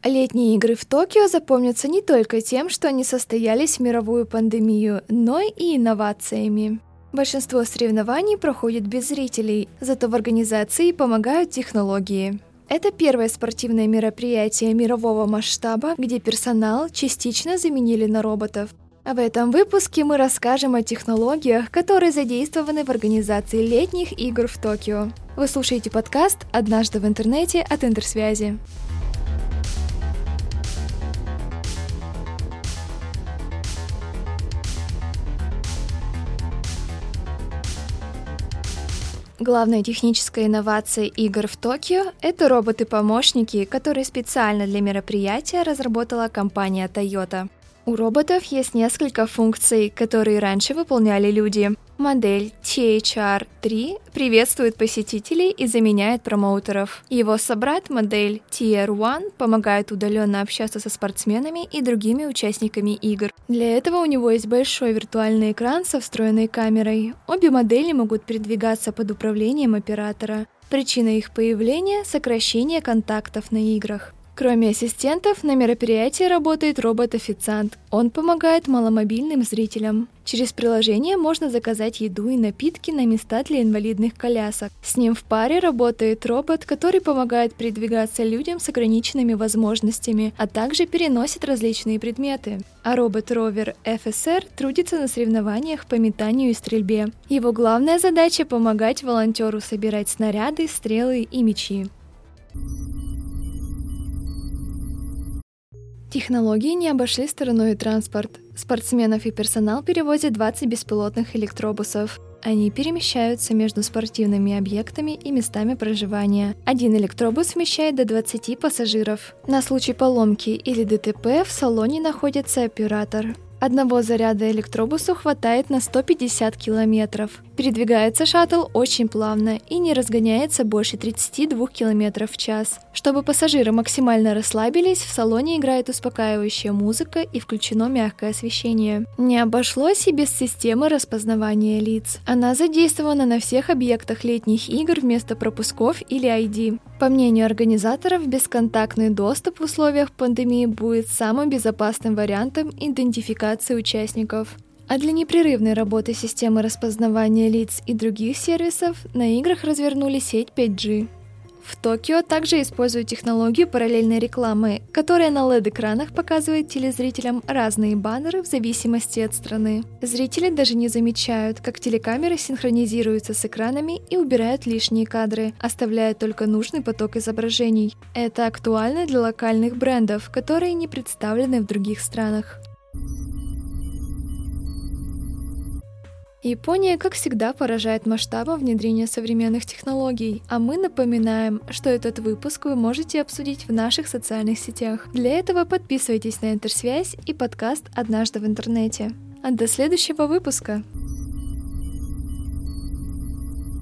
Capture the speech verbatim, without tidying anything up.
Летние игры в Токио запомнятся не только тем, что они состоялись в мировую пандемию, но и инновациями. Большинство соревнований проходит без зрителей, зато в организации помогают технологии. Это первое спортивное мероприятие мирового масштаба, где персонал частично заменили на роботов. А в этом выпуске мы расскажем о технологиях, которые задействованы в организации летних игр в Токио. Вы слушаете подкаст «Однажды в интернете» от Интерсвязи. Главная техническая инновация игр в Токио – это роботы-помощники, которые специально для мероприятия разработала компания Toyota. У роботов есть несколько функций, которые раньше выполняли люди. Модель ти эйч ар три приветствует посетителей и заменяет промоутеров. Его собрат, модель ти ар один, помогает удаленно общаться со спортсменами и другими участниками игр. Для этого у него есть большой виртуальный экран со встроенной камерой. Обе модели могут передвигаться под управлением оператора. Причина их появления – сокращение контактов на играх. Кроме ассистентов, на мероприятии работает робот-официант. Он помогает маломобильным зрителям. Через приложение можно заказать еду и напитки на места для инвалидных колясок. С ним в паре работает робот, который помогает передвигаться людям с ограниченными возможностями, а также переносит различные предметы. А робот-ровер эф эс эр трудится на соревнованиях по метанию и стрельбе. Его главная задача – помогать волонтеру собирать снаряды, стрелы и мячи. Технологии не обошли стороной и транспорт. Спортсменов и персонал перевозят двадцать беспилотных электробусов. Они перемещаются между спортивными объектами и местами проживания. Один электробус вмещает до двадцати пассажиров. На случай поломки или дэ тэ пэ в салоне находится оператор. Одного заряда электробусу хватает на сто пятьдесят километров. Передвигается шаттл очень плавно и не разгоняется больше тридцати двух километров в час. Чтобы пассажиры максимально расслабились, в салоне играет успокаивающая музыка и включено мягкое освещение. Не обошлось и без системы распознавания лиц. Она задействована на всех объектах летних игр вместо пропусков или ай ди. По мнению организаторов, бесконтактный доступ в условиях пандемии будет самым безопасным вариантом идентификации участников. А для непрерывной работы системы распознавания лиц и других сервисов на играх развернули сеть пять джи. В Токио также используют технологию параллельной рекламы, которая на эл и ди-экранах показывает телезрителям разные баннеры в зависимости от страны. Зрители даже не замечают, как телекамеры синхронизируются с экранами и убирают лишние кадры, оставляя только нужный поток изображений. Это актуально для локальных брендов, которые не представлены в других странах. Япония, как всегда, поражает масштабом внедрения современных технологий, а мы напоминаем, что этот выпуск вы можете обсудить в наших социальных сетях. Для этого подписывайтесь на Интерсвязь и подкаст «Однажды в интернете». А до следующего выпуска!